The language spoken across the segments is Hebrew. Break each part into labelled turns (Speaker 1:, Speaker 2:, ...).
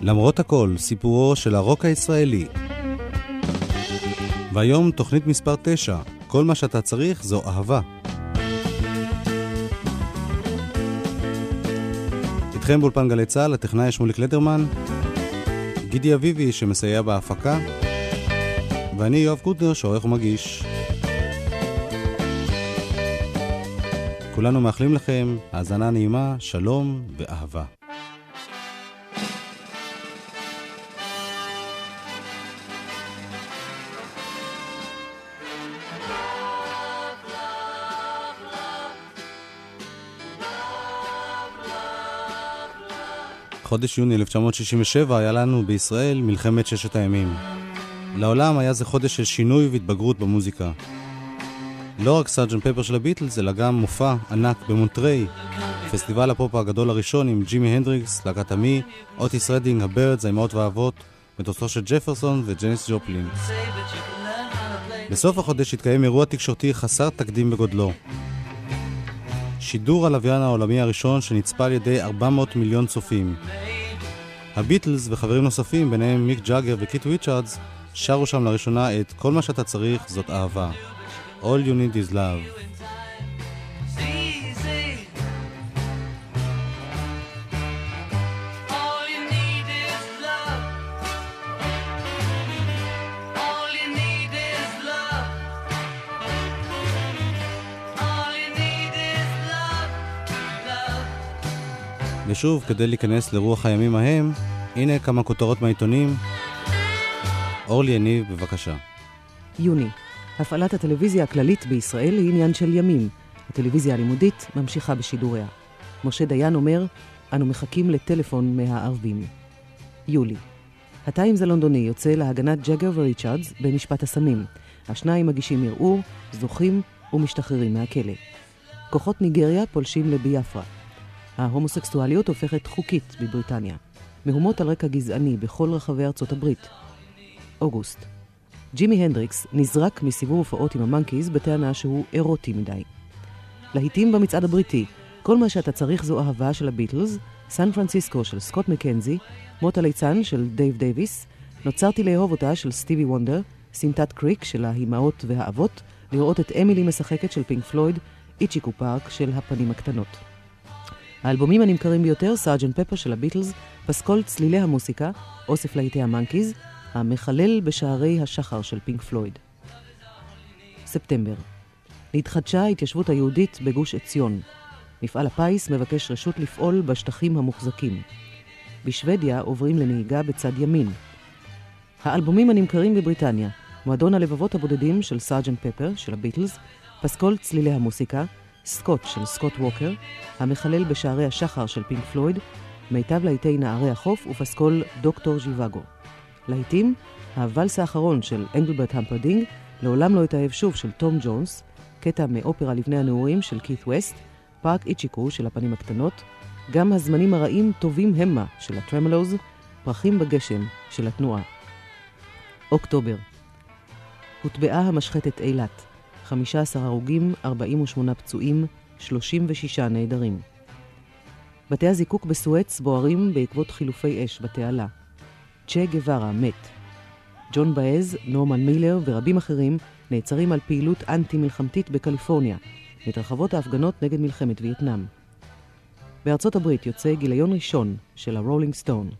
Speaker 1: למרות הכל, סיפורו של הרוק הישראלי. והיום תוכנית מספר 9, כל מה שאתה צריך זו אהבה. איתכם באולפן גלי צהל, הטכנאי שמוליק לדרמן, גידי אביבי שמסייע בהפקה, ואני יואב קוטנר שעורך ומגיש. כולנו מאחלים לכם האזנה נעימה, שלום ואהבה. חודש יוני 1967 היה לנו בישראל מלחמת ששת הימים. לעולם היה זה חודש של שינוי והתבגרות במוזיקה. לא רק סארג'נט פפר של הביטלס, אלא גם מופע ענק במונטריי, פסטיבל הפופ הגדול הראשון עם ג'ימי הנדריקס, להקת המי, אוטיס רדינג, הבירדס, האימהות והאבות, מטוסו של ג'פרסון וג'ניס ג'ופלין. בסוף החודש התקיים אירוע תקשורתי חסר תקדים בגודלו. שידור הלוויין העולמי הראשון שנצפה על ידי 400 מיליון צופים. הביטלס וחברים נוספים, ביניהם מיק ג'אגר וקית' ריצ'רדס, שרו שם לראשונה את כל מה שאתה צריך זאת אהבה. All you need is love. ושוב, כדי להיכנס לרוח הימים ההם, הנה כמה כותרות מהעיתונים. אורלי יניב, בבקשה.
Speaker 2: יוני. הפעלת הטלוויזיה הכללית בישראל היא עניין של ימים. הטלוויזיה הלימודית ממשיכה בשידוריה. משה דיין אומר, אנו מחכים לטלפון מהערבים. יולי. הטיימס הלונדוני יוצא להגנת ג'אגר וריצ'רדס במשפט הסמים. השניים מגישים ערעור, זוכים ומשתחררים מהכלא. כוחות ניגריה פולשים לביאפרה. ההומוסקסואליות הופכת חוקית בבריטניה. מהומות על רקע גזעני בכל רחבי ארצות הברית. אוגוסט. ג'ימי הנדריקס נזרק מסיבוב הופעות עם המנקיז בטענה שהוא אירוטי מדי. להיטים במצעד הבריטי, כל מה שאתה צריך זו אהבה של הביטלס, סן פרנסיסקו של סקוט מקנזי, מות הליצן של דייב דייביס, נוצרתי לאהוב אותה של סטיבי וונדר, סמטת קריק של האימהות והאבות, לראות את אמילי משחקת של פינק פלויד, איצ'יקו פארק של הפנים הקטנות. האלבומים הנמכרים ביותר, סארג'נט פפר של הביטלס, פסקול צלילי המוסיקה, אוסף להיטי המנקיז, המחלל בשערי השחר של פינק פלויד. ספטמבר. נתחדשה ההתיישבות היהודית בגוש עציון. מפעל הפיס מבקש רשות לפעול בשטחים המוחזקים. בשוודיה עוברים לנהיגה בצד ימין. האלבומים הנמכרים בבריטניה, מועדון הלבבות הבודדים של סארג'נט פפר של הביטלס, פסקול צלילי המוסיקה, סקוט של סקוט ווקר, המחלל בשערי השחר של פינק פלויד, מיטב להיטי נערי החוף ופסקול דוקטור ז'יוואגו. להיטים, הוואלס האחרון של אנגלברט המפרדינג, לעולם לא התאהב שוב של תום ג'ונס, קטע מאופרה לבני הנעורים של קית' ווסט, פארק איצ'יקו של הפנים הקטנות, גם הזמנים הרעים טובים המה של הטרמלוז, פרחים בגשם של התנועה. אוקטובר. הוטבעה המשחטת אילת. 15 הרוגים, 48 פצועים, 36 נעדרים. בתי הזיקוק בסואץ בוערים בעקבות חילופי אש בתעלה. צ'ה גווארה מת. ג'ון באז, נורמן מילר ורבים אחרים נעצרים על פעילות אנטי-מלחמתית בקליפורניה. מתרחבות ההפגנות נגד מלחמת וייטנאם. בארצות הברית יוצא גיליון ראשון של הרולינג סטון.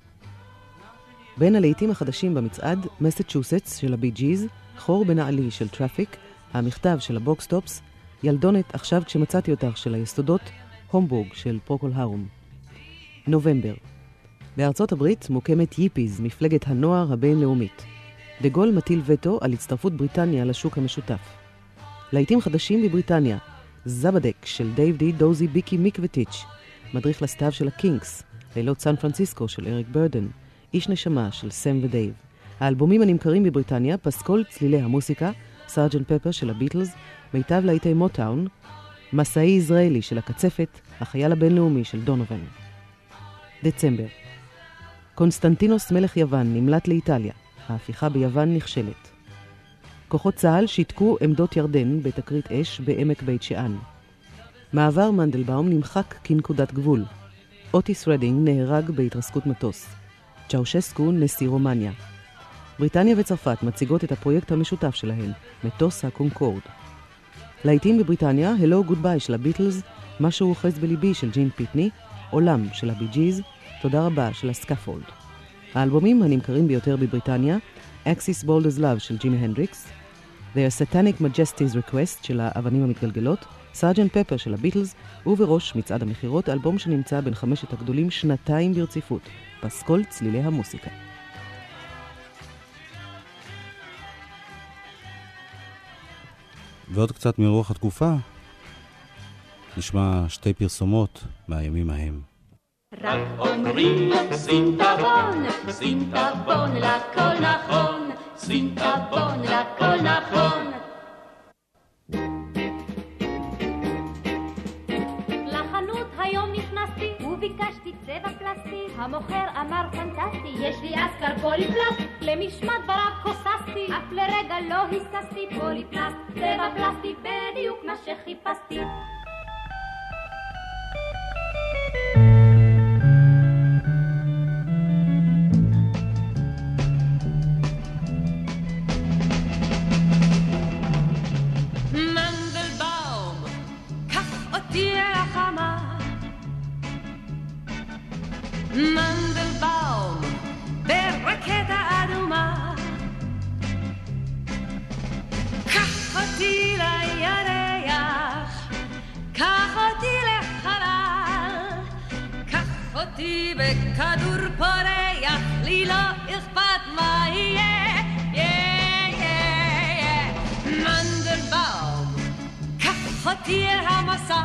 Speaker 2: בין הלהיטים החדשים במצעד, מסצ'וסטס של הבי ג'יז, חור בנעלי של טראפיק, המכתב של הבוקסטופס, ילדונת עכשיו כשמצאתי אותך של היסודות, הומבורג של פרוקול הרום. נובמבר. בארצות הברית מוקמת ייפיז, מפלגת הנוער הבינלאומית. דה גול מטיל וטו על הצטרפות בריטניה לשוק המשותף. להיטים חדשים בבריטניה, זבדק של דייב די דוזי ביקי מיק וטיץ', מדריך לסתיו של הקינגס, לילות סן פרנסיסקו של אריק ברדן, איש נשמה של סם ודייב. האלבומים הנמכרים בבריטניה, פסקול צלילי המוסיקה, סארג'נט פפר של הביטלס, מיטב להיטי מוטאון, מסעי ישראלי של הקצפת, החייל הבינלאומי של דונובן. דצמבר. קונסטנטינוס מלך יוון נמלט לאיטליה. ההפיכה ביוון נכשלת. כוחות צה"ל שיתקו עמדות ירדן בתקרית אש בעמק בית שאן. מעבר מנדלבאום נמחק כנקודת גבול. אוטיס רדינג נהרג בהתרסקות מטוס. צ'אושסקו נשיא רומניה. בריטניה וצרפת מציגות את הפרויקט המשותף שלהן, מטוס הקונקורד. לעיתים בבריטניה, Hello Goodbye של הביטלס, משהו אוחז בליבי של ג'ין פיטני, עולם של הבי ג'יז, תודה רבה של הסקאפולד. האלבומים הנמכרים ביותר בבריטניה, Axis Bold as Love של ג'ימי הנדריקס, Their Satanic Majesty's Request של האבנים המתגלגלות, סארג'נט פפר של הביטלס, ובראש מצעד המחירות, אלבום שנמצא בין 5 הגדולים שנתיים ברציפות, פסקול צלילי המוסיקה.
Speaker 1: ועוד קצת מרוח התקופה, נשמע 2 פרסומות מהימים ההם.
Speaker 3: רק אומרים סינטבון, סינטבון לכל נכון, סינטבון לכל נכון. לחנות היום נכנסתי וביקשתי צבע פלסטי, המוכר אמר פנטסטי, יש לי אסקר פוליפלסט, למשמע דבריו כוססתי, אף לרגע לא היססתי, פוליפלסט, צבע פלסטי, בדיוק מה שחיפשתי.
Speaker 4: מנדלבאום ברקטה אדומה, קח אותי לירח, קח אותי לחלל, קח אותי בכדור פורח, לי לא אכפת מה יהיה. מנדלבאום קח אותי אל המסע,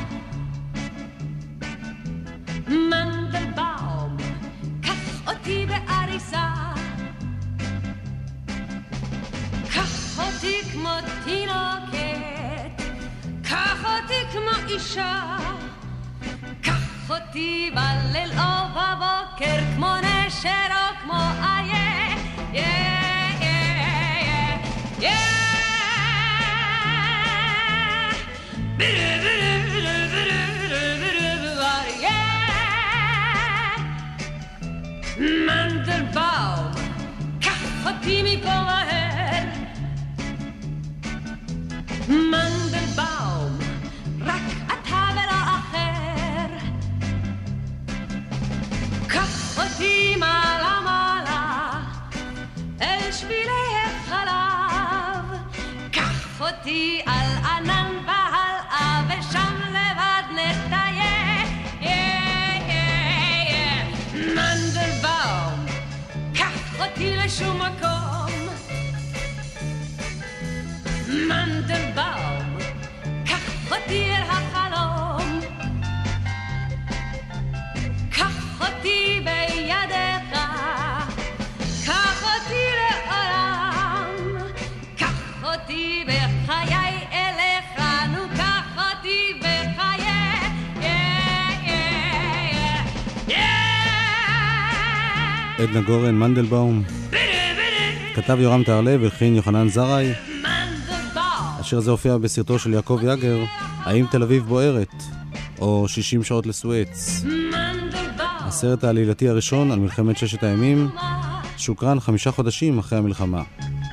Speaker 4: מנדלבאום קח אותי בעריסה, קח אותי כמו תינוקת, קח אותי כמו אישה, קח אותי בליל או בבוקר כמו נשר או כמו איה. מנדלבאום קח אותי מפה מהר, מנדלבאום רק אתה ולא אחר, קח אותי מעלה מעלה אל שבילי החלב, קח אותי על ענן והלאה ושם לבד נטייל. מנדלבאום קח אותי לשום מקום, מנדלבאום קח אותי אל החלום, קח אותי בידיך, קח אותי לעולם, קח אותי בחיי אליך, נו קח אותי בחיי.
Speaker 1: עדנה גורן, מנדלבאום, כתב יורם תהרלב והלחין יוחנן זרעי. השיר הזה הופיע בסרטו של יעקב יגר, האם תל אביב בוערת, או 60 שעות לסואץ, הסרט העלילתי הראשון על מלחמת 6 הימים, שהוקרן 5 חודשים אחרי המלחמה.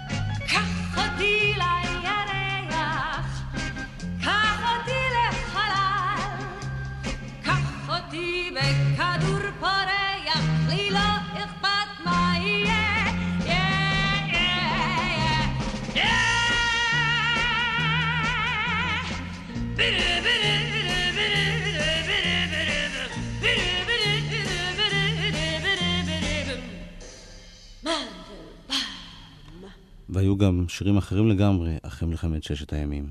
Speaker 1: והיו גם שירים אחרים לגמרי אחרי מלחמת 6 הימים.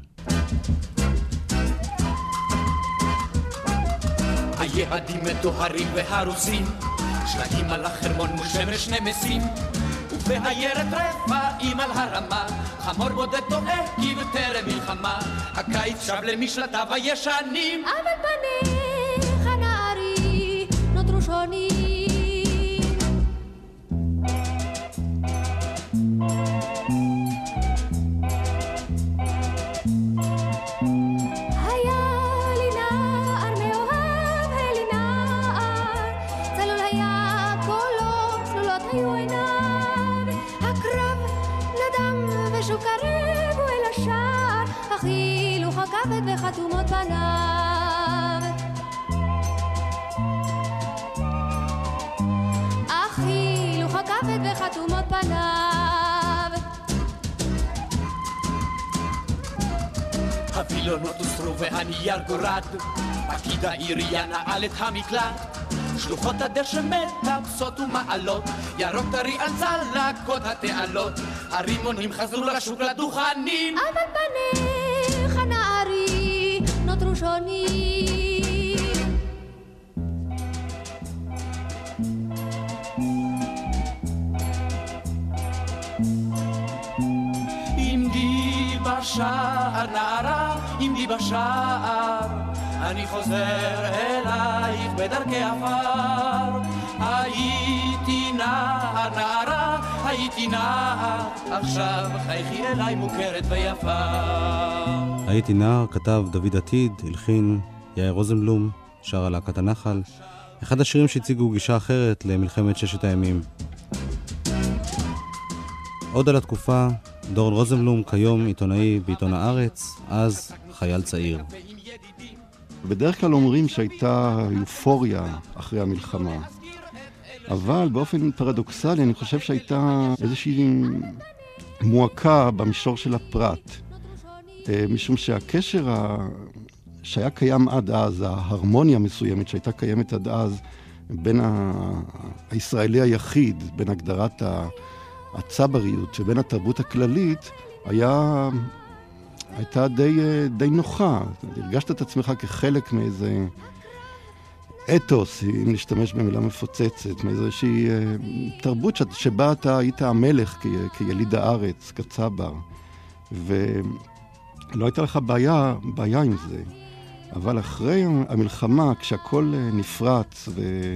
Speaker 5: היהודים מטוהרים והרוסים, שלגים על החרמון מול שמש נמסים, ובהיירת רפאים על הרמה, חמור בודד טועה כי בטרם מלחמה, הקיץ שב למשלטיו הישנים.
Speaker 6: אבל פניך נערי נותרו שונים, ושוב קרבו אל השער, אכילו חכבת וחתומות פניו. אכילו חכבת וחתומות פניו.
Speaker 5: הווילונות הוסרו והנייר גורד, פקיד העירייה נעל את המקלט, שלוחות הדשא מטפסות ומעלות, ירוק טרי על צלקות התעלות, הרימונים חזרו לשוק לדוכנים,
Speaker 6: אבל פניך נערי נותרו שונים.
Speaker 5: עמדי בשער נערה, עמדי בשער, אני חוזר אלייך בדרכי עפר. הייתי נער נערה, הייתי נער, עכשיו חייכי אליי מוכרת ויפה.
Speaker 1: הייתי נער כתב דוד עתיד, הלחין יאיר רוזנבלום, שר על להקת הנחל, אחד השירים שהציגו גישה אחרת למלחמת ששת הימים. עוד על התקופה, דורון רוזנבלום, כיום עיתונאי בעיתון הארץ, אז חייל צעיר.
Speaker 7: בדרך כלל אומרים שהייתה יופוריה אחרי המלחמה, אבל באופן פרדוקסלי אני חושב שהייתה איזושהי מועקה במישור של הפרט, משום שהקשר שהיה קיים עד אז, ההרמוניה מסוימת שהייתה קיימת עד אז בין הישראלי היחיד, בין הגדרת הצבריות ובין התרבות הכללית, הייתה די נוחה. הרגשת את עצמך כחלק מאיזה אתוס, אם נשתמש במילה מפוצצת, מאיזושהי תרבות שבה אתה היית המלך כיליד הארץ, כצבר, ולא הייתה לך בעיה עם זה. אבל אחרי המלחמה, כשהכל נפרץ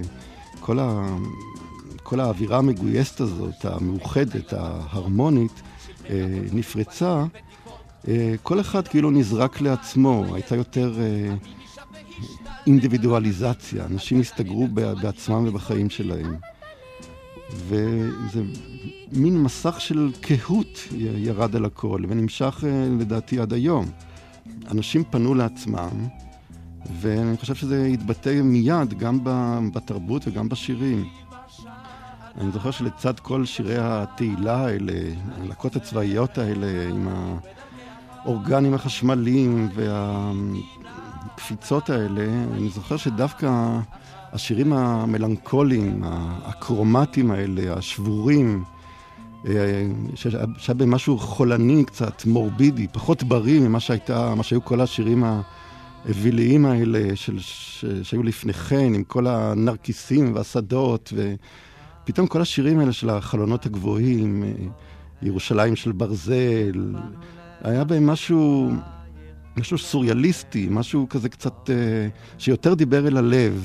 Speaker 7: וכל האווירה המגויסת הזאת, המאוחדת, ההרמונית, נפרצה, כל אחד כאילו נזרק לעצמו, הייתה יותר אינדיבידואליזציה, אנשים הסתגרו בעצמם ובחיים שלהם. וזה מין מסך של קהות ירד על הכל, ונמשך לדעתי עד היום. אנשים פנו לעצמם, ואני חושב שזה התבטא מיד גם בתרבות וגם בשירים. אני זוכר שלצד כל שירי התהילה האלה, הלהקות הצבאיות האלה, עם האורגנים החשמליים והקפיצות האלה, אני זוכר שדווקא השירים המלנכוליים, הקרומטיים האלה, השבורים, שהיה בהם משהו חולני קצת, מורבידי, פחות בריא ממה שהיו כל השירים האוויליים האלה שהיו לפני כן, עם כל הנרקיסים והשדות, ופתאום כל השירים האלה של החלונות הגבוהים, ירושלים של ברזל, היה בהם משהו סוריאליסטי, משהו כזה קצת, שיותר דיבר אל הלב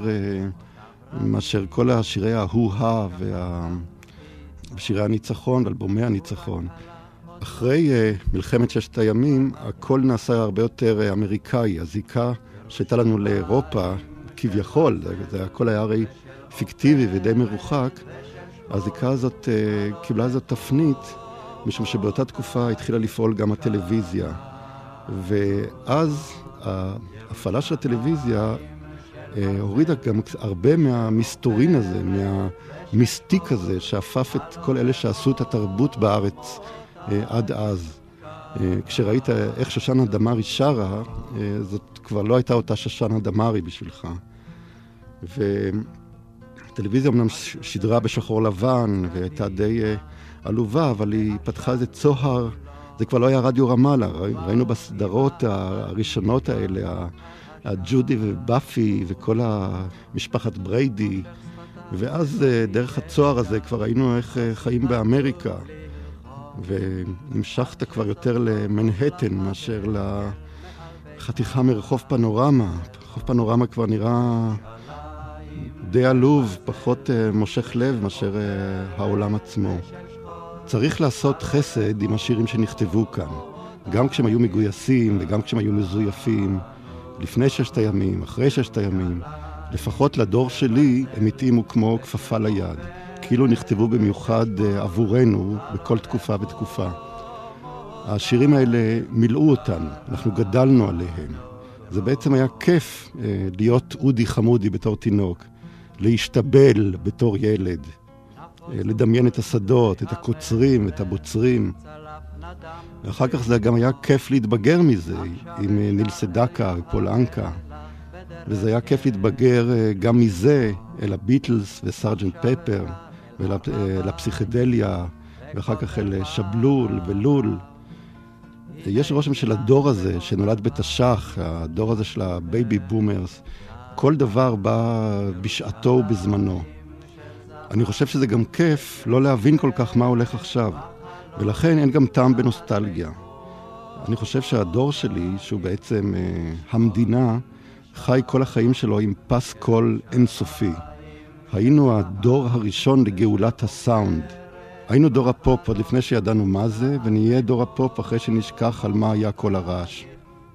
Speaker 7: מאשר כל השירי ההוא-הא ושירי הניצחון ואלבומי הניצחון. אחרי מלחמת ששת הימים, הכל נעשה הרבה יותר אמריקאי. הזיקה שהייתה לנו לאירופה, כביכול, הכל היה הרי פיקטיבי ודי מרוחק, הזיקה הזאת קיבלה איזו תפנית, משום שבאותה תקופה התחילה לפעול גם הטלוויזיה. ואז ההפעלה של הטלוויזיה הורידה גם הרבה מהמסתורין הזה, מהמיסטיק הזה, שאפף את כל אלה שעשו את התרבות בארץ עד אז. כשראית איך שושנה דמארי שרה, זאת כבר לא הייתה אותה שושנה דמארי בשבילך. והטלוויזיה אמנם שידרה בשחור לבן, והייתה די עלובה, אבל היא פתחה איזה צוהר, זה כבר לא היה רדיו רמאללה, ראינו בסדרות הראשונות האלה, הג'ודי ובאפי וכל המשפחת בריידי, ואז דרך הצוהר הזה כבר ראינו איך חיים באמריקה, ונמשכת כבר יותר למנהטן מאשר לחתיכה מרחוב פנורמה. רחוב פנורמה כבר נראה די עלוב, פחות מושך לב מאשר העולם עצמו. צריך לעשות חסד עם השירים שנכתבו כאן, גם כשהם היו מגויסים וגם כשהם היו מזויפים, לפני ששת הימים, אחרי ששת הימים. לפחות לדור שלי הם התאימו כמו כפפה ליד, כאילו נכתבו במיוחד עבורנו בכל תקופה ותקופה. השירים האלה מילאו אותנו, אנחנו גדלנו עליהם. זה בעצם היה כיף להיות אודי חמודי בתור תינוק, להשתבל בתור ילד, לדמיין את השדות, את הקוצרים, את הבוצרים. ואחר כך זה גם היה כיף להתבגר מזה, עם ניל סדקה ופול אנקה. וזה היה כיף להתבגר גם מזה אל הביטלס וסרג'נט פפר, ולפסיכדליה, ואחר כך אל שבלול ולול. יש רושם של הדור הזה שנולד בתש"ח, הדור הזה של הבייבי בומרס, כל דבר בא בשעתו ובזמנו. אני חושב שזה גם כיף לא להבין כל כך מה הולך עכשיו, ולכן אין גם טעם בנוסטלגיה. אני חושב שהדור שלי, שהוא בעצם המדינה, חי כל החיים שלו עם פס קול אינסופי. היינו הדור הראשון לגאולת הסאונד. היינו דור הפופ עוד לפני שידענו מה זה, ונהיה דור הפופ אחרי שנשכח על מה היה כל הרעש.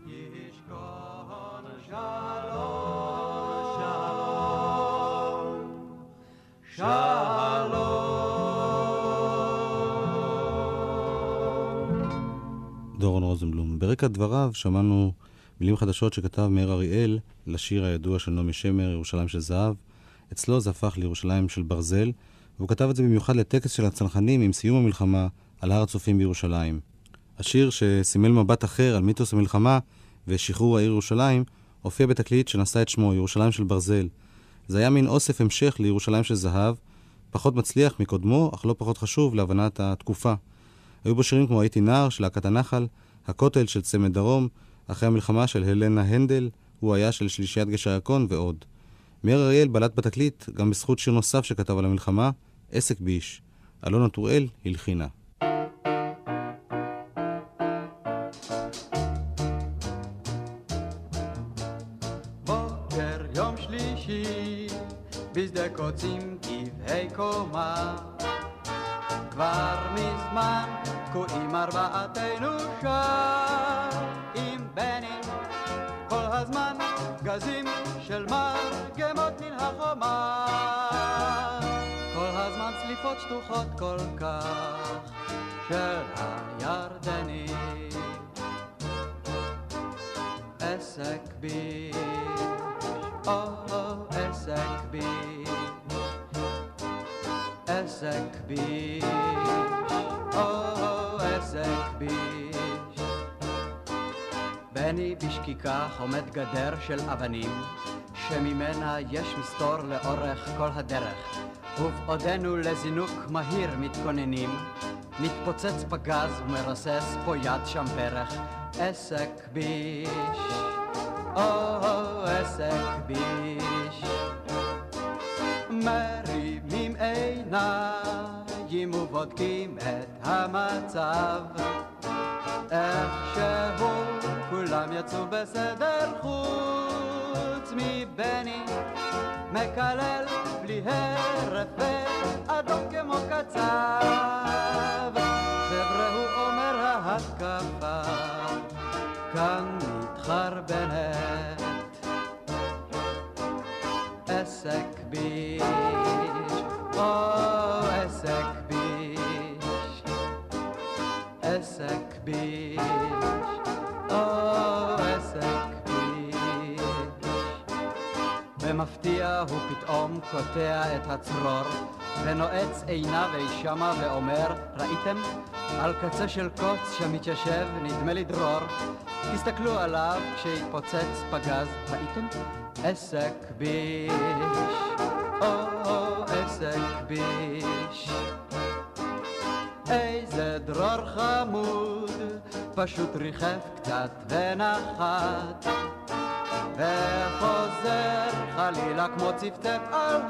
Speaker 1: דורון רוזנבלום. ברקע דבריו שמענו מילים חדשות שכתב מאיר אריאל לשיר הידוע של נעמי שמר, ירושלים של זהב. אצלו זה הפך לירושלים של ברזל, והוא כתב את זה במיוחד לטקס של הצנחנים עם סיום המלחמה על הר הצופים בירושלים. השיר שסימל מבט אחר על מיתוס המלחמה ושחרור העיר ירושלים הופיע בתקליט שנשא את שמו ירושלים של ברזל. זה היה מין אוסף המשך לירושלים של זהב, פחות מצליח מקודמו, אך לא פחות חשוב להבנת התקופה. היו בו שירים כמו הייתי נער של להקת הנחל, הכותל של צמד דרום, אחרי המלחמה של הלנה הנדל, הוא היה של שלישיית גשר יקון ועוד. מאיר אריאל בלט בתקליט גם בזכות שיר נוסף שכתב על המלחמה, עסק ביש. אלונה טוראל הלחינה.
Speaker 8: בוקר יום שלישי, בשדה קוצים גבהי קומה, כבר מזמן קועים ארבעתנו שם עם בני, כל הזמן גזים של מרגמות מן החומה, כל הזמן צליפות שטוחות כל כך של הירדני. עסק ביש, עסק ביש, עסק ביש, עסק ביש. בני בשקיקה עומד גדר של אבנים, שממנה יש מסתור לאורך כל הדרך, ובעודנו לזינוק מהיר מתכוננים, מתפוצץ בגז ומרסס פה יד שם ברך. עסק ביש, עסק ביש. מרימים עיניים ובודקים את המצב, איך שהוא כולם יצאו בסדר חוץ מבני, מקלל בלי הרף ואדום כמו קצב. חבר'ה הוא אומר ההתקפה כאן מתחרבנת. עסק ביש, עסק ביש, עסק ביש, עסק ביש. במפתיע הוא פתאום קוטע את הצרור ונועץ עיניו שמה ואומר, ראיתם? על קצה של קוץ שמתיישב נדמה לי דרור, תסתכלו עליו כשהתפוצץ פגז, ראיתם? עסק ביש, עסק ביש. איזה דרור חמוד, פשוט ריחף קצת ונחת, וחוזר חלילה כמו צפצף על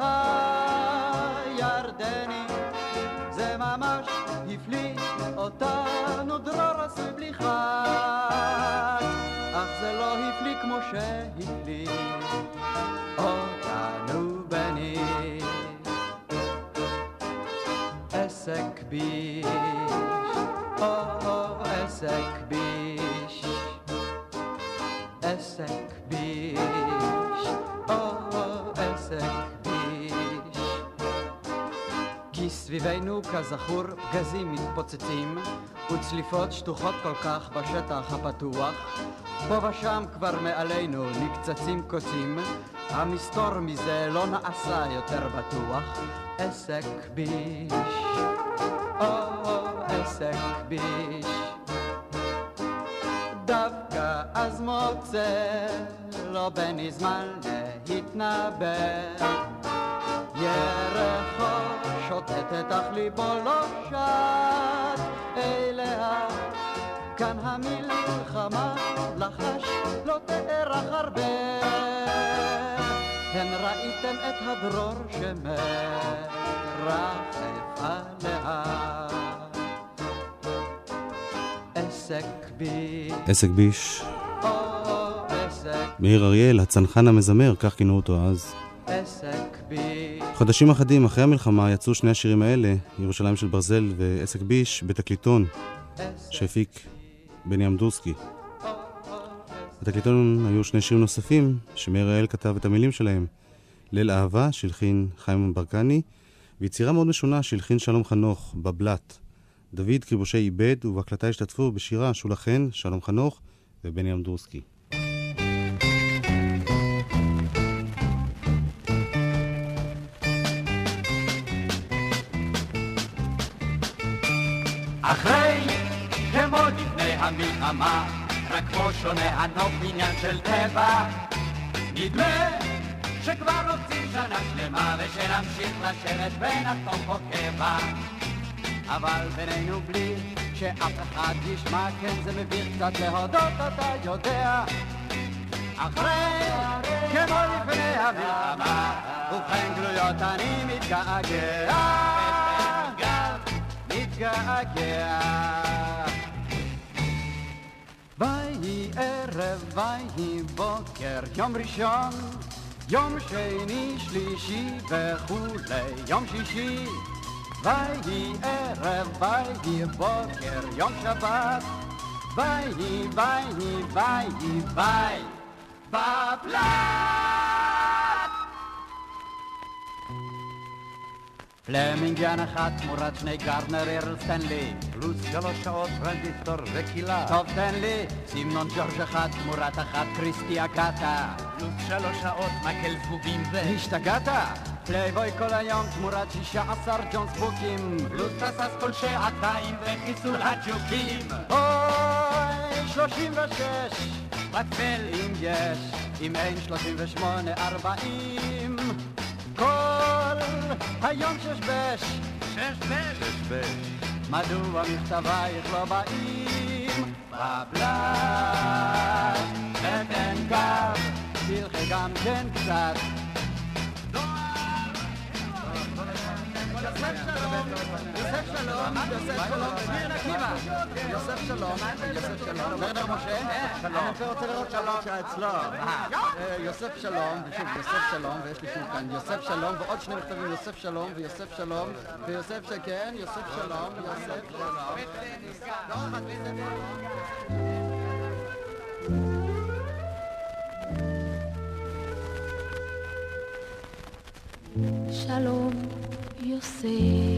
Speaker 8: הירדני. זה ממש הפליא אותנו, דרור עשוי בלי חת, אך זה לא הפליא כמו שהפליא אותנו בני. עסק ביש, עסק ביש, עסק ביש, עסק ביש. כיס סביבנו כזכור פגזים מתפוצצים וצליפות שטוחות כל כך בשטח הפתוח. פה ושם כבר מעלינו נקצצים קוצים, המסתור מזה לא נעשה יותר בטוח. עסק ביש, עסק ביש, דווקא אז מוצא לא בני זמן להתנבא. ירחו שוטטת אך ליבו לא שט אליה, כאן המלחמה לחש לא תארך הרבה. הן ראיתם את הדרור שמרחף עליה. עסק ביש,
Speaker 1: עסק ביש, מאיר אריאל, הצנחן המזמר, כך כינו אותו אז. חודשים אחדים אחרי המלחמה יצאו שני השירים האלה, ירושלים של ברזל ועסק ביש, בתקליטון שהפיק בני אמדורסקי. בתקליטון היו שני שירים נוספים שמאיר אריאל כתב את המילים שלהם. ליל אהבה שהלחין חיים ברקני, ויצירה מאוד משונה שהלחין שלום חנוך, בבלט. דוד קריבושי איבד, ובהקלטה השתתפו בשירה שולה חן, שלום חנוך ובני אמדורסקי.
Speaker 5: אחרי כמו לפני המלחמה, רק פה שונה הנוף עניין של טבע. נדמה שכבר רוצים שנה שלמה ושנמשיך לשבת ונחתום פה קבע. אבל בינינו בלי שאף אחד ישמע, כן זה מביך קצת להודות, אתה יודע. אחרי כמו לפני המלחמה, ובכן גלויות אני מתגעגע, מתגעגע. ויהי ערב, ויהי בוקר, יום ראשון, יום שני, שלישי וכולי, יום שישי. ויהי ערב, ויהי בוקר, יום שבת, ויהי, ויהי, ויהי, ויהי, בבלט. פלמינגיאן אחת תמורת שני גרדנר ארל סטנלי, פלוס 3 שעות טרנזיסטור וקילה. טוב תן לי, סימנון ג'ורג' אחת תמורת אחת קריסטי אגטה, פלוס 3 שעות מקל זבובים השתגעת? פלייבוי כל היום תמורת 16 ג'ונס בוקים, פלוס טסס כל שעתיים וחיסול הג'וקים. אוי 36 בכפל אם יש, אם אין 38 40, כל היום ששבש, ששבש. מדוע מכתבייך לא באים? בבלט נתן קו, תלכי גם כן קצת. יוסף שלום, יוסף שלום, יוסף שלום, יוסף שלום, מרדר משה, אני רוצה לראות שלום שאצלו. יוסף שלום, ושוב יוסף שלום, ויש לי שוב כאן יוסף שלום, ועוד שני מכתבים, יוסף שלום ויוסף שלום, ויוסף שכן, יוסף שלום, יוסף
Speaker 6: שלום יוסף,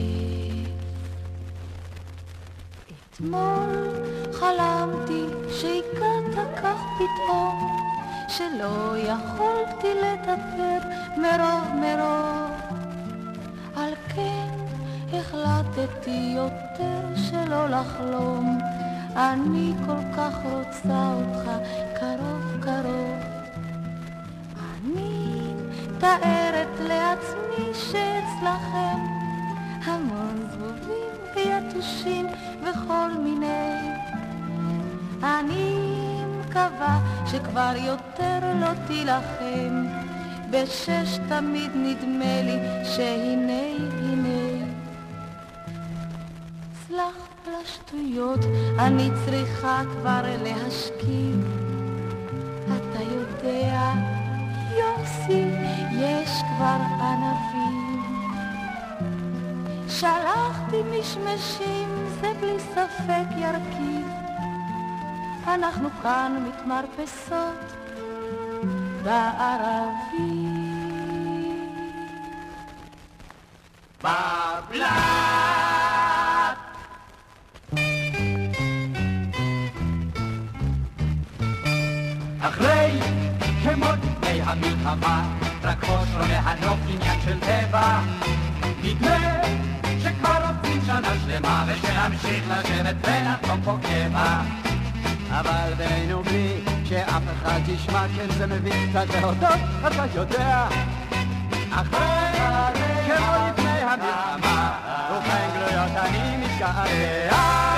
Speaker 6: אתמול חלמתי שהגעת כך פתאום, שלא יכולתי לדבר מרוב, על כן החלטתי יותר שלא לחלום. אני כל כך רוצה אותך קרוב קרוב, אני תארת לעצמי שאצלכם המון זבובים ויתושים וכל מיני. אני מקווה שכבר יותר לא תילחם, בשש תמיד נדמה לי שהנה הנה. סלח על השטויות, אני צריכה כבר להשכיב. אתה יודע יוסי, יש כבר ענבים. שלחתי משמשים, זה בלי ספק ירכיב. אנחנו כאן מתמרפסות בערבים.
Speaker 5: בבלת. אחרי שמות לפני המלחמה, רק חושרו להנוף עניין של טבע. נדמה שכבר רוצים שנה שלמה, ושנמשיך לשבת ונחתום פה קבע.
Speaker 8: אבל בינינו בלי שאף אחד ישמע, כן זה מביא קצת להודות, אתה יודע. אחרי כמו לפני המלחמה, ובן גלויות אני מתגעגע.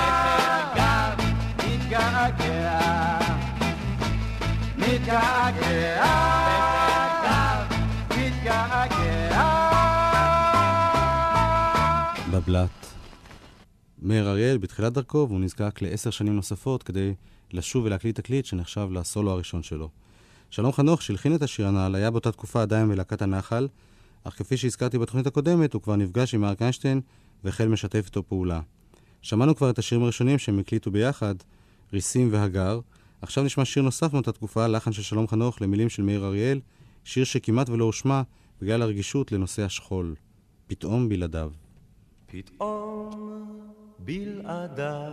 Speaker 1: בבלת. מאיר אריאל בתחילת דרכו, והוא נזקק ל10 שנים נוספות כדי לשוב ולהקליט תקליט שנחשב לסולו הראשון שלו. שלום חנוך, שהלחין את השיר הנ"ל, היה באותה תקופה עדיין בלהקת הנחל, אך כפי שהזכרתי בתוכנית הקודמת, הוא כבר נפגש עם אריק איינשטיין והחל משתף איתו פעולה. שמענו כבר את השירים הראשונים שהם הקליטו ביחד, ריסים והגר. עכשיו נשמע שיר נוסף מאותה תקופה, לחן של שלום חנוך למילים של מאיר אריאל, שיר שכמעט ולא הושמע בגלל הרגישות לנושא השכול. פתאום בלעדיו.
Speaker 9: פתאום בלעדיו,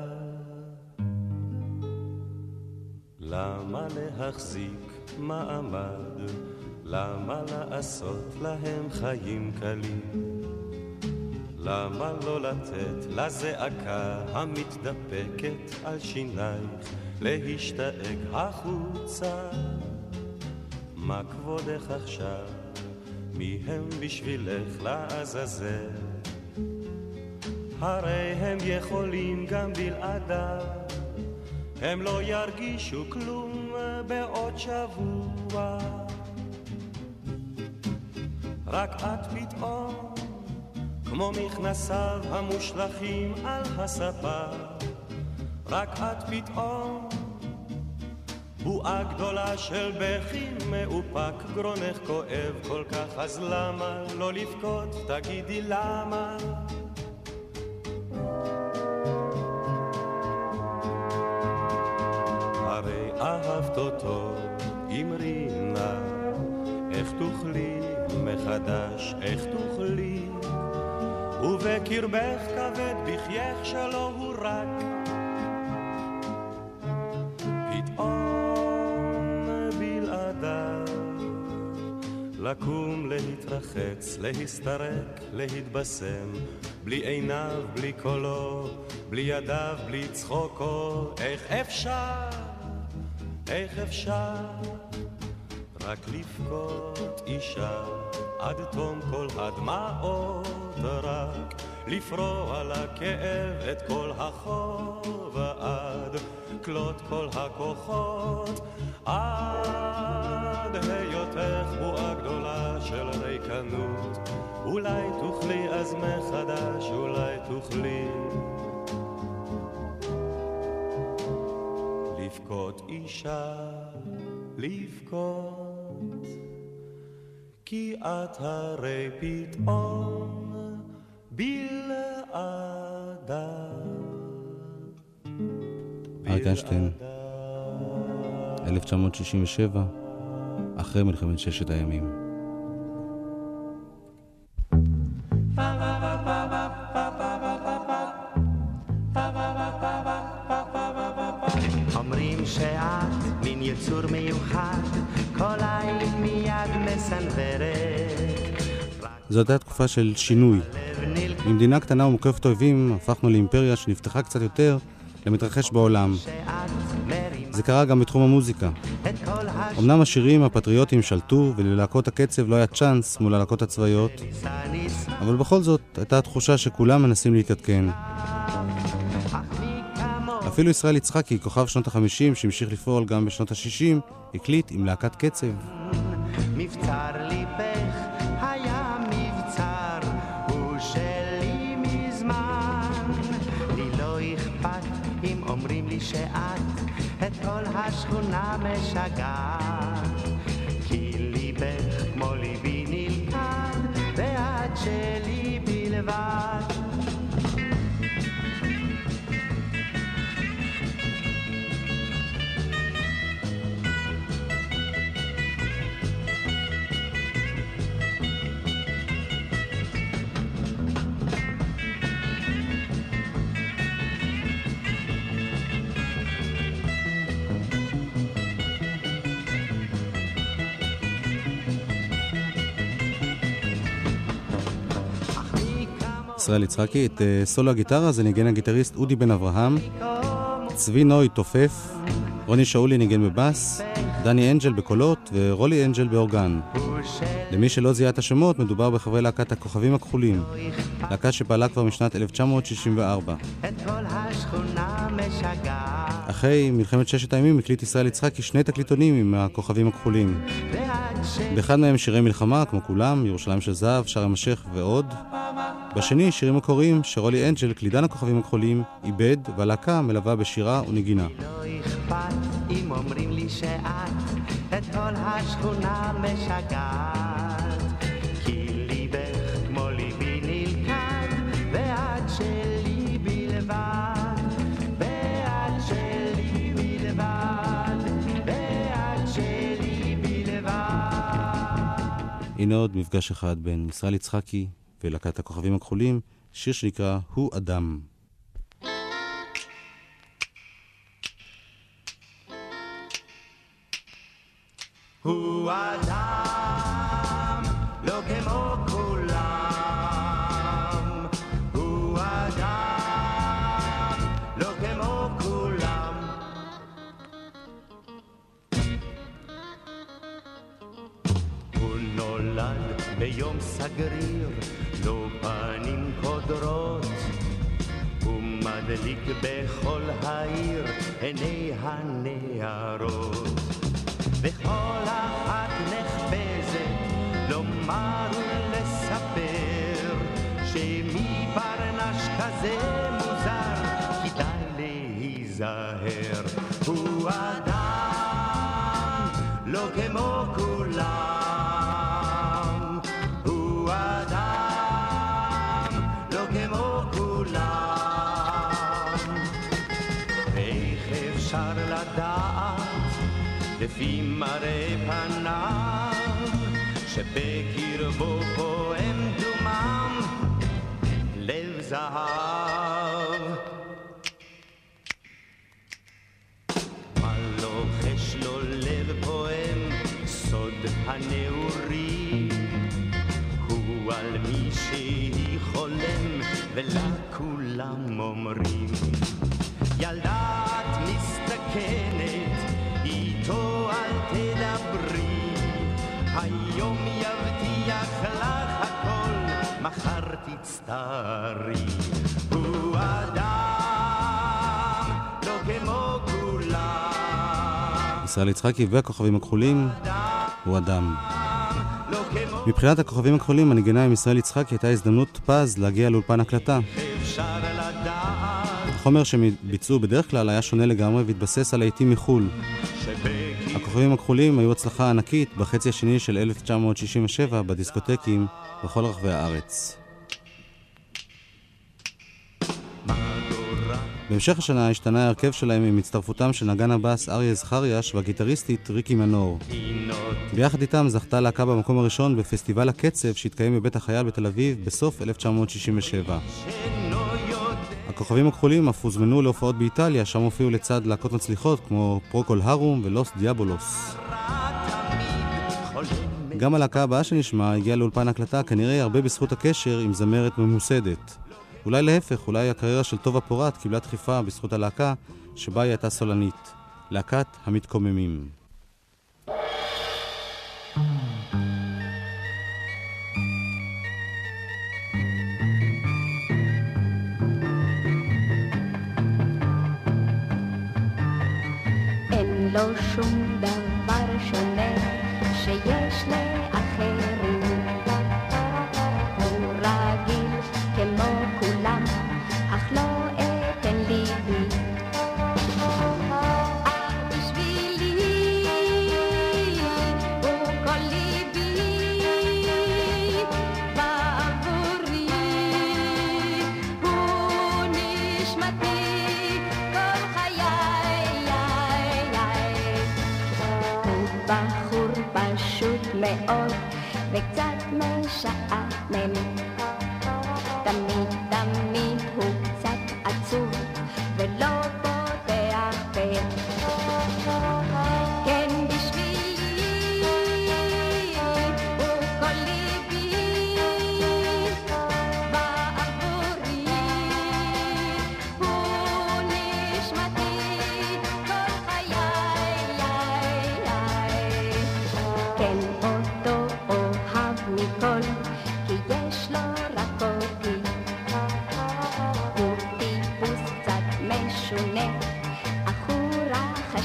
Speaker 9: למה להחזיק מעמד? למה לעשות להם חיים קלים? למה לא לתת לזעקה המתדפקת על שינייך להשתאג החוצה? מה כבודך עכשיו? מי הם בשבילך לעזאזל? הרי הם יכולים גם בלעדיו, הם לא ירגישו כלום בעוד שבוע. רק את פתאום כמו מכנסיו המושלכים על הספה, רק את פתאום בועה גדולה של בכי מאופק, גרונך כואב כל כך, אז למה לא לבכות? תגידי למה? הרי אהבת אותו, אמרי נא, איך תוכלי מחדש, איך תוכלי? ובקרבך כבד בחייך שלא הוא רק, פתאום בלעדיו, לקום להתרחץ, להסתרק, להתבשם, בלי עיניו, בלי קולו, בלי ידיו, בלי צחוקו. איך אפשר, איך אפשר רק לבכות אישה עד תום כל הדמעות, רק לפרוע לכאב את כל החוב עד כלות כל הכוחות, עד היותך בועה גדולה של ריקנות. אולי תוכלי אז מחדש, אולי תוכלי לבכות אישה, לבכות, כי את הרי פתאום בלעדיו.
Speaker 1: אריק איינשטיין, 1967, אחרי מלחמת ששת הימים.
Speaker 10: אומרים שאת מין יצור מיוחד, כל העין מיד מסנוורת.
Speaker 1: זאת הייתה תקופה של שינוי. ממדינה קטנה ומוקפת אויבים הפכנו לאימפריה שנפתחה קצת יותר למתרחש בעולם. זה קרה גם בתחום המוזיקה. אמנם השירים הפטריוטיים שלטו וללהקות הקצב לא היה צ'אנס מול הלהקות הצבאיות, אבל בכל זאת הייתה תחושה שכולם מנסים להתעדכן. אפילו ישראל יצחקי, כוכב שנות ה-50 שהמשיך לפעול גם בשנות ה-60, הקליט עם להקת קצב.
Speaker 10: מבצר ליבך היה מבצר, הוא שלי מזמן. לי לא אכפת אם אומרים לי שאת את כל השכונה משגעת, כי ליבך כמו ליבי נלכד, ואת שלי בלבד.
Speaker 1: ישראל יצחקי. את סולו הגיטרה זה ניגן הגיטריסט אודי בן אברהם, צבי נוי תופף, רוני שאולי ניגן בבאס, דני אנג'ל בקולות ורולי אנג'ל באורגן. למי שלא זיהה את השמות, מדובר בחברי להקת הכוכבים הכחולים, להקה שפעלה כבר משנת 1964. אחרי מלחמת ששת הימים הקליט ישראל יצחקי 2 תקליטונים עם הכוכבים הכחולים. באחד מהם שירי מלחמה, כמו כולם, ירושלים של זהב, שער המשך ועוד. בשני שירים מקוריים שרולי אנג'ל, קלידן הכוכבים הכחולים, איבד, והלהקה מלווה בשירה ונגינה.
Speaker 10: אם אומרים לי שאת את כל השכונה משגעת, כי ליבך כמו ליבי נלכד, ואת שלי בלבד, ואת שלי בלבד, ואת שלי בלבד.
Speaker 1: הנה עוד מפגש אחד בין ישראל יצחקי ולהקת הכוכבים הכחולים, שיר שנקרא הוא אדם.
Speaker 10: הוא אדם לא כמו כולם, הוא אדם לא כמו כולם. הוא נולד ביום סגריר, לא פנים קודרות, הוא מדליק בכל העיר עיני הנערות. וכל אחת נחפזת לומר ולספר שמפרנש כזה מוזר כדאי להיזהר. הוא אדם לא כמו כולם, הוא אדם לא כמו כולם. ואיך אפשר לדעת לפי מראה פניו שבקרבו פועם דומם לב זהב? מה לוחש לו לב פועם סוד הנעורים? הוא על מי שהיא חולם ולכולם אומרים ילדה את מסתכנת איתו אל תדברי, היום יבטיח לך הכל, מחר תצטערי. הוא אדם לא כמו כולם,
Speaker 1: ישראל יצחקי והכוכבים הכחולים, הוא אדם. מבחינת הכוכבים הכחולים, הנגינה עם ישראל יצחקי הייתה הזדמנות פז להגיע לאולפן הקלטה. החומר שהם ביצעו בדרך כלל היה שונה לגמרי והתבסס על להיטים מחול. הכוכבים הכחולים היו הצלחה ענקית בחצי השני של 1967 בדיסקוטקים בכל רחבי הארץ. בהמשך השנה השתנה ההרכב שלהם עם הצטרפותם של נגן הבאס אריה זכריאש והגיטריסטית ריקי מנור. ביחד איתם זכתה להקה במקום הראשון בפסטיבל הקצב שהתקיים בבית החייל בתל אביב בסוף 1967. הכוכבים הכחולים אף הוזמנו להופעות באיטליה, שם הופיעו לצד להקות מצליחות כמו פרוקול הרום ולוס דיאבולוס. גם הלהקה הבאה שנשמע הגיעה לאולפן הקלטה כנראה הרבה בזכות הקשר עם זמרת ממוסדת. אולי להפך, אולי הקריירה של טובה פורט קיבלה דחיפה בזכות הלהקה שבה היא הייתה סולנית, להקת המתקוממים.
Speaker 6: אין לו שום דבר שונה שיש לאחרים, הוא רגיל כמו כולם, אך לא אתן ליבי. בשבילי הוא כל ליבי, בעבורי הוא נשמתי, כל חיי. הוא בחור פשוט מאוד וקצת משעמם, תמיד הוא קצת עצוב ולא פותח פה. כן, בשבילי הוא כל ליבי, בעבורי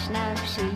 Speaker 6: נפש נפשי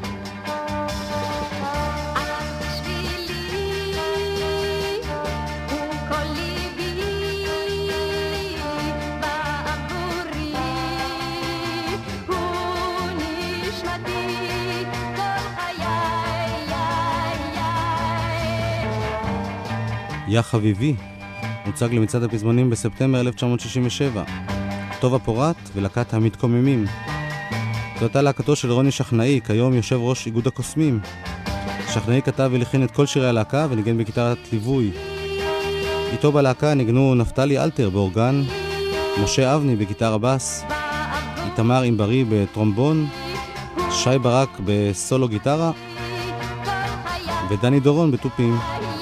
Speaker 1: יא חביבי הוצג למצעד הפזמונים בספטמבר 1967. טובה פורט ולהקת המתקוממים. זו הייתה להקתו של רוני שכנאי, כיום יושב ראש איגוד הקוסמים. שכנאי כתב ולחין את כל שירי הלהקה וניגן בגיטרת ליווי. איתו בלהקה ניגנו נפתלי אלתר באורגן, משה אבני בגיטרה בס, איתמר אימברי בטרומבון, שי ברק בסולו גיטרה ודני דורון בטופים.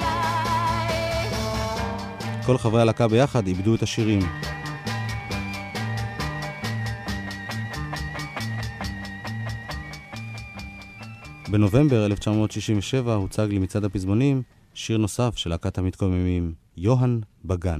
Speaker 1: כל חברי הלהקה ביחד איבדו את השירים. בנובמבר 1967 הוצג למצעד הפזמונים שיר נוסף של להקת המתקוממים, יוהן בגן.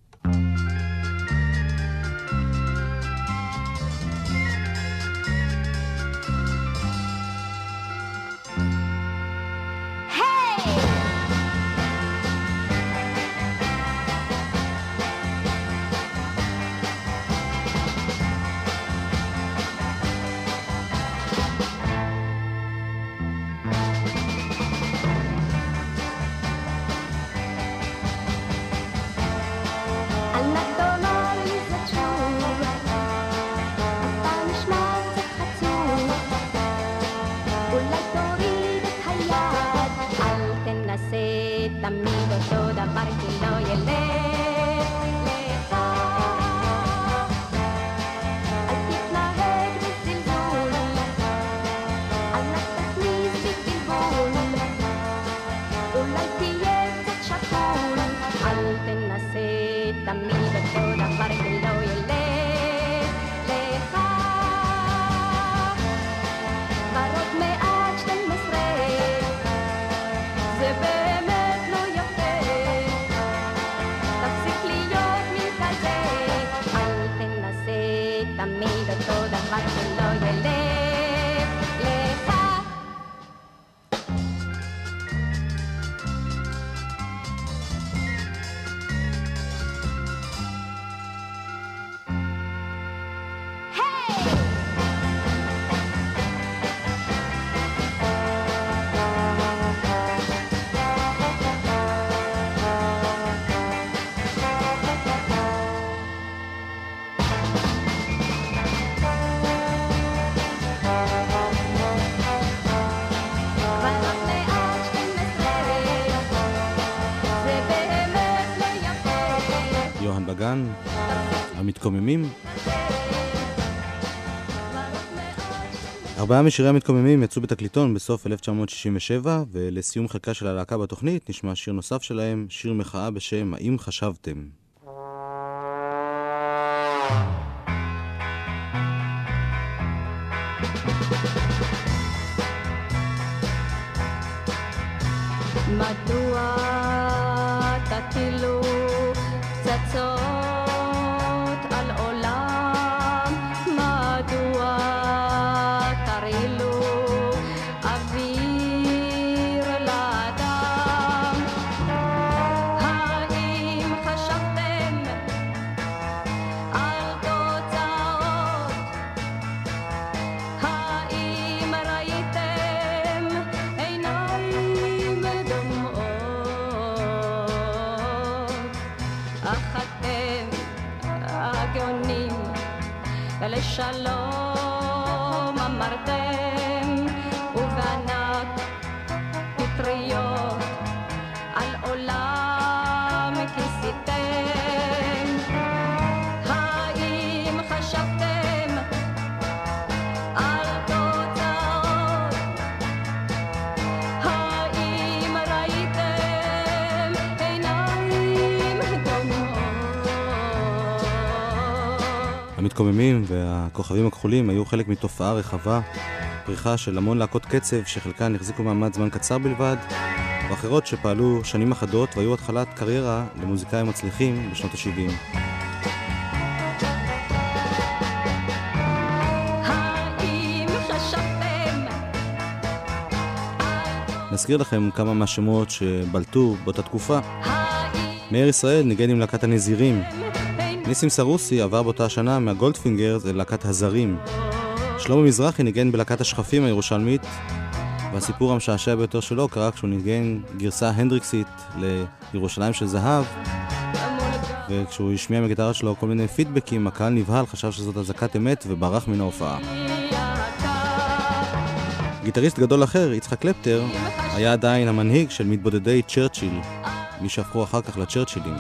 Speaker 1: בגן, המתקוממים. 4 משירי המתקוממים יצאו בתקליטון בסוף 1967, ולסיום חלקה של הלהקה בתוכנית נשמע שיר נוסף שלהם, שיר מחאה בשם האם חשבתם.
Speaker 6: מדוע תטילו פצצות על עולם, מדוע תרעילו אוויר לאדם? האם חשבתם על תוצאות? האם ראיתם עיניים דומעות? אך אתם הגאונים ולשלום אמרתם, ובענק פטריות על עולם כיסיתם. האם חשבתם על תוצאות? האם ראיתם עיניים דומעות?
Speaker 1: המתקוממים והכוכבים הכחולים היו חלק מתופעה רחבה, פריחה של המון להקות קצב שחלקן החזיקו מעמד זמן קצר בלבד, ואחרות שפעלו שנים אחדות והיו התחלת קריירה למוזיקאים מצליחים בשנות ה-70.
Speaker 6: האם חשבתם
Speaker 1: נזכיר לכם כמה מהשמות שבלטו באותה תקופה. מאיר ישראל ניגן עם להקת הנזירים. ניסים סרוסי עבר באותה השנה מהגולדפינגרס אל להקת הזרים. שלמה מזרחי ניגן בלהקת השכפים הירושלמית, והסיפור המשעשע ביותר שלו קרה כשהוא ניגן גרסה הנדריקסית לירושלים של זהב, וכשהוא השמיע מגיטרה שלו כל מיני פידבקים, הקהל נבהל, חשב שזאת הזקת אמת וברח מן ההופעה. גיטריסט גדול אחר, יצחק קלפטר, היה עדיין המנהיג של מתבודדי צ'רצ'יל, מי שהפכו אחר כך לצ'רצ'ילים.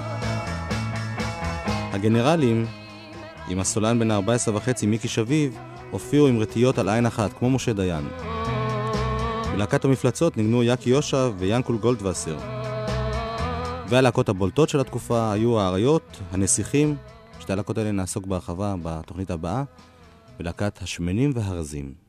Speaker 1: הגנרלים, עם הסולן בן ה-14.5 מיקי שביב, הופיעו עם רטיות על עין אחת, כמו משה דיין. בלהקת המפלצות ניגנו יקי יושב וינקול גולדווסר. והלהקות הבולטות של התקופה היו האריות, הנסיכים, שתי הלהקות האלה נעסוק בהרחבה בתוכנית הבאה, ולהקת השמנים והרזים.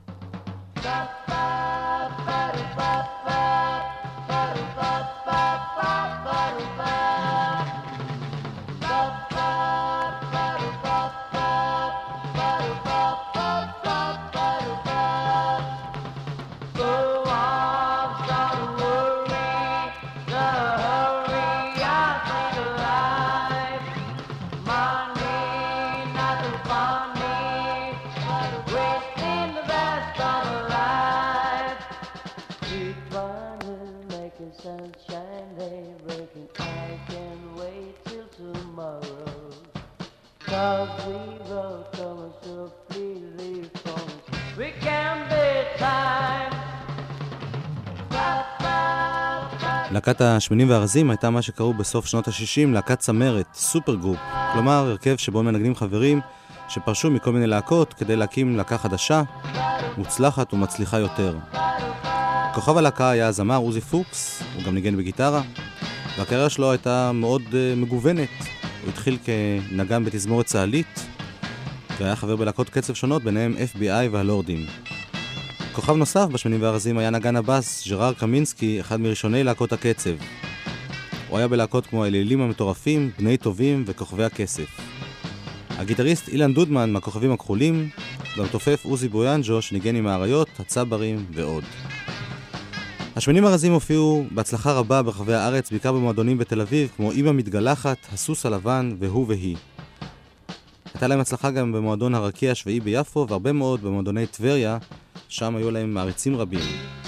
Speaker 1: להקת השמנים והרזים הייתה מה שקראו בסוף שנות ה-60 להקת צמרת, סופר גרופ, כלומר הרכב שבו מנגנים חברים שפרשו מכל מיני להקות כדי להקים להקה חדשה, מוצלחת ומצליחה יותר. כוכב הלהקה היה הזמר עוזי פוקס, הוא גם ניגן בגיטרה, והקריירה שלו הייתה מאוד מגוונת. הוא התחיל כנגן בתזמורת צהלית, והיה חבר בלהקות קצב שונות, ביניהם FBI והלורדים. כוכב נוסף בשמנים והרזים היה נגן הבאס ג'רר קמינסקי, אחד מראשוני להקות הקצב. הוא היה בלהקות כמו האלילים המטורפים, בני טובים וכוכבי הכסף. הגיטריסט אילן דודמן מהכוכבים הכחולים, והמתופף עוזי בויאנג'ו שניגן עם האריות, הצברים ועוד. השמנים הרזים הופיעו בהצלחה רבה ברחבי הארץ, בעיקר במועדונים בתל אביב, כמו אמא מתגלחת, הסוס הלבן והוא והיא. הייתה להם הצלחה גם במועדון הרקיע השביעי ביפו, והרבה מאוד במועדוני טבריה, שם היו להם מעריצים רבים.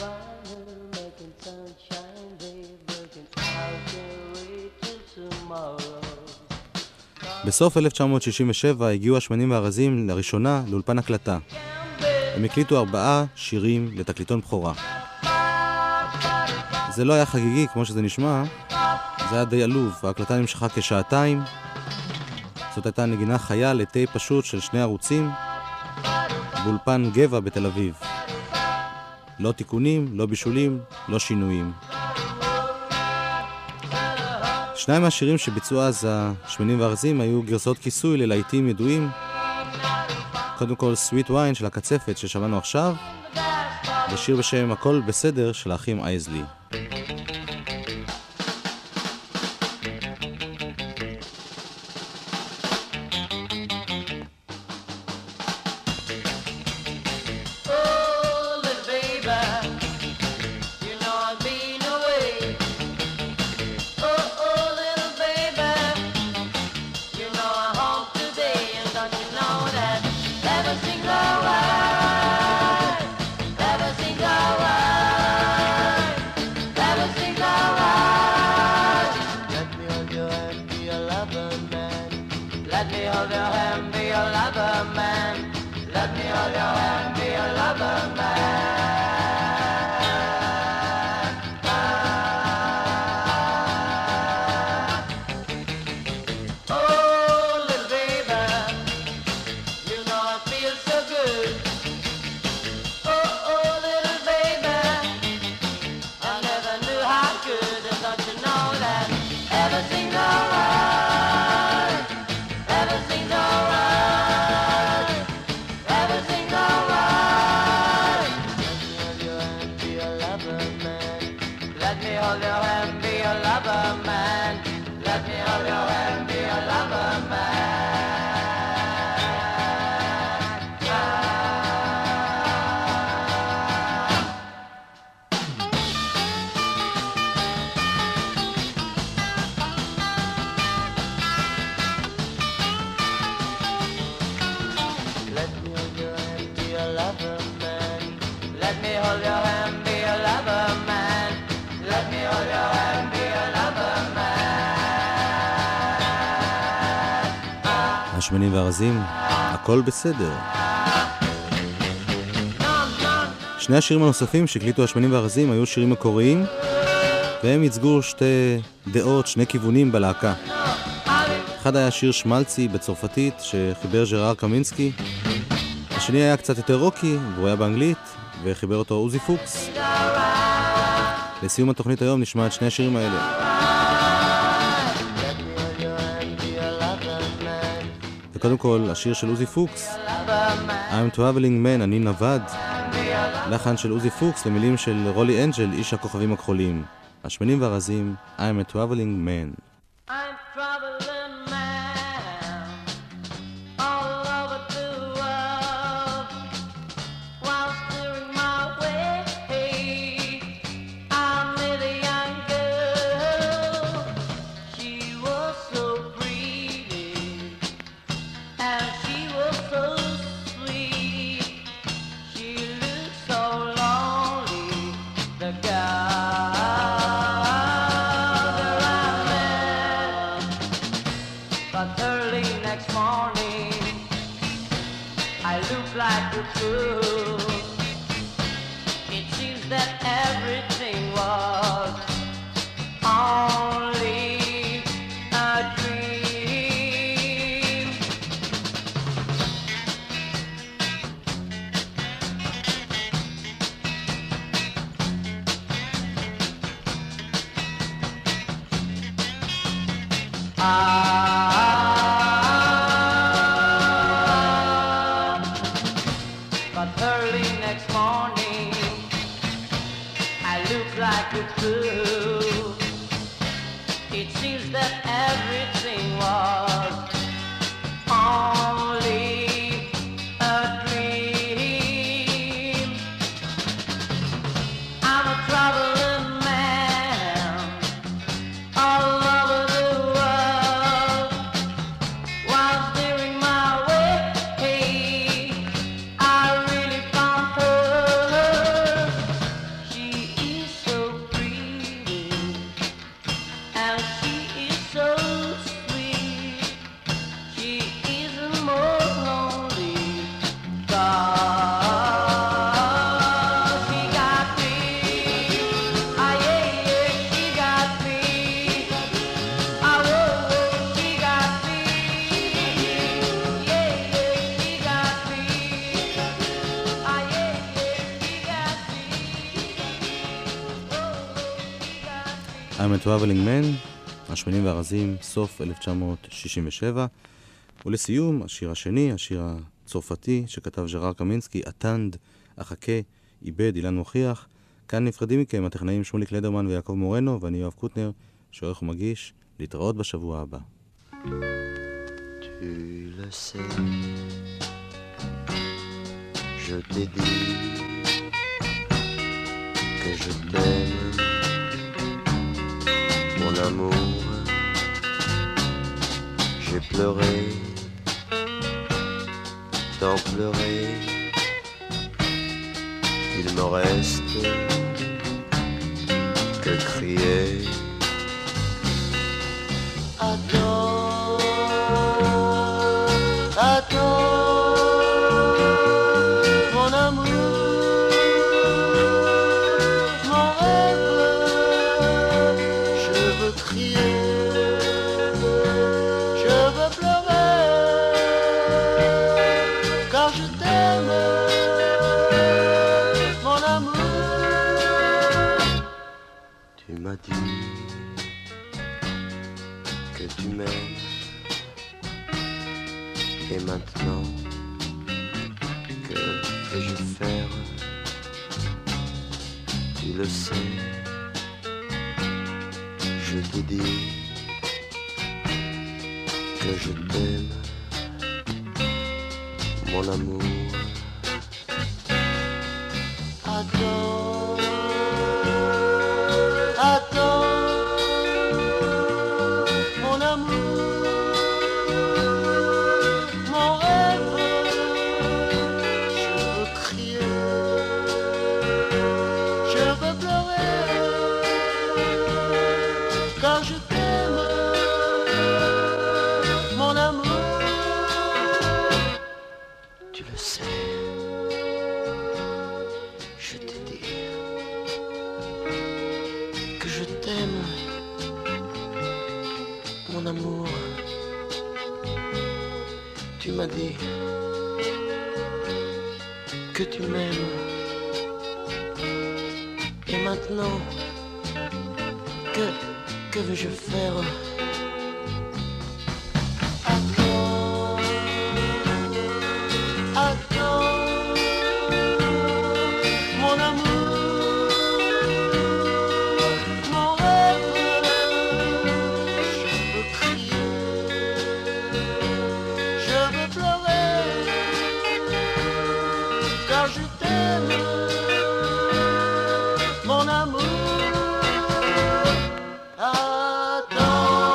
Speaker 1: בסוף 1967 הגיעו השמנים והרזים לראשונה לאולפן הקלטה. הם הקליטו 4 שירים לתקליטון בכורה. זה לא היה חגיגי כמו שזה נשמע, זה היה די עלוב. ההקלטה נמשכה כשעתיים. זאת הייתה נגינה חיה לטייפ פשוט של 2 ערוצים באולפן גבע בתל אביב. לא תיקונים, לא בישולים, לא שינויים. 2 מהשירים שביצעו אז השמנים והרזים היו גרסאות כיסוי ללהיטים ידועים. קודם כל Sweet Wine של הקצפת ששמענו עכשיו, ושיר בשם הכל בסדר של האחים אייזלי.
Speaker 11: Let me hold your hand, be a lover man.
Speaker 10: Let me hold your hand, be a lover man. Let me hold your hand, be a lover man.
Speaker 1: השמנים והרזים, הכל בסדר. שני השירים הנוספים שהקליטו השמנים והרזים היו שירים מקוריים, והם ייצגו שתי דעות, שני כיוונים בלהקה. אחד היה שיר שמלצי בצרפתית שחיבר ז'ראר קמינסקי, השני היה קצת יותר רוקי והוא היה באנגלית וחיבר אותו עוזי פוקס. לסיום התוכנית היום נשמע את שני השירים האלה. וקודם כל השיר של עוזי פוקס, I'm Traveling Man, אני נווד, לחן של עוזי פוקס למילים של רולי אנג'ל, איש הכוכבים הכחולים. השמנים והרזים, I'm a Traveling Man.
Speaker 10: I'm traveling man, all over the world, while steering my way, I met a young girl. She was so pretty, and she was so sweet. She looked so lonely, the girl. Early next morning, I look like a fool. It seems that everything was only a dream. But early next morning, I look like a fool. It seems that everything was only a dream. I'm a traveling man, all over the world, while steering my way. I really found her. She is so pretty, and she is so sweet. She is the most lonely, 'cause she got me. Ah yeah, yeah, she got me. Ah whoa, she got me. Yeah, yeah, she got me. Ah yeah, yeah, she got me. Oh, she got me.
Speaker 1: I'm a Traveling Man, השמנים והרזים, סוף 1967. ולסיום, השיר השני, השיר הצרפתי שכתב ז'ראר קמינסקי, אטנד, אחכה, איבד, אילן מוכיח. כאן נפרדים מכם, הטכנאים שמוליק לדרמן ויעקב מורנו, ואני יואב קוטנר, שעורך ומגיש, להתראות בשבוע הבא.
Speaker 11: Tu le sais, je t'ai dit que je t'aime, mon amour. J'ai pleuré, tant pleuré, il me reste que crier. Attends, mon amour, mon rêve, je veux crier, je veux pleurer, car je t'aime, mon amour. Tu m'as dit que tu m'aimes, et maintenant, que vais-je faire? Tu le sais, je t'ai dit que je t'aime, mon amour. Attends, mon amour, mon rêve, je veux crier, m'as dit que tu m'aimes. Et maintenant, que vais-je faire? Attends, attends, mon amour, mon rêve. Je veux crier, je veux pleurer, car je t'aime, mon amour. Attends.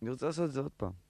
Speaker 12: אני רוצה לעשות את זה עוד פעם.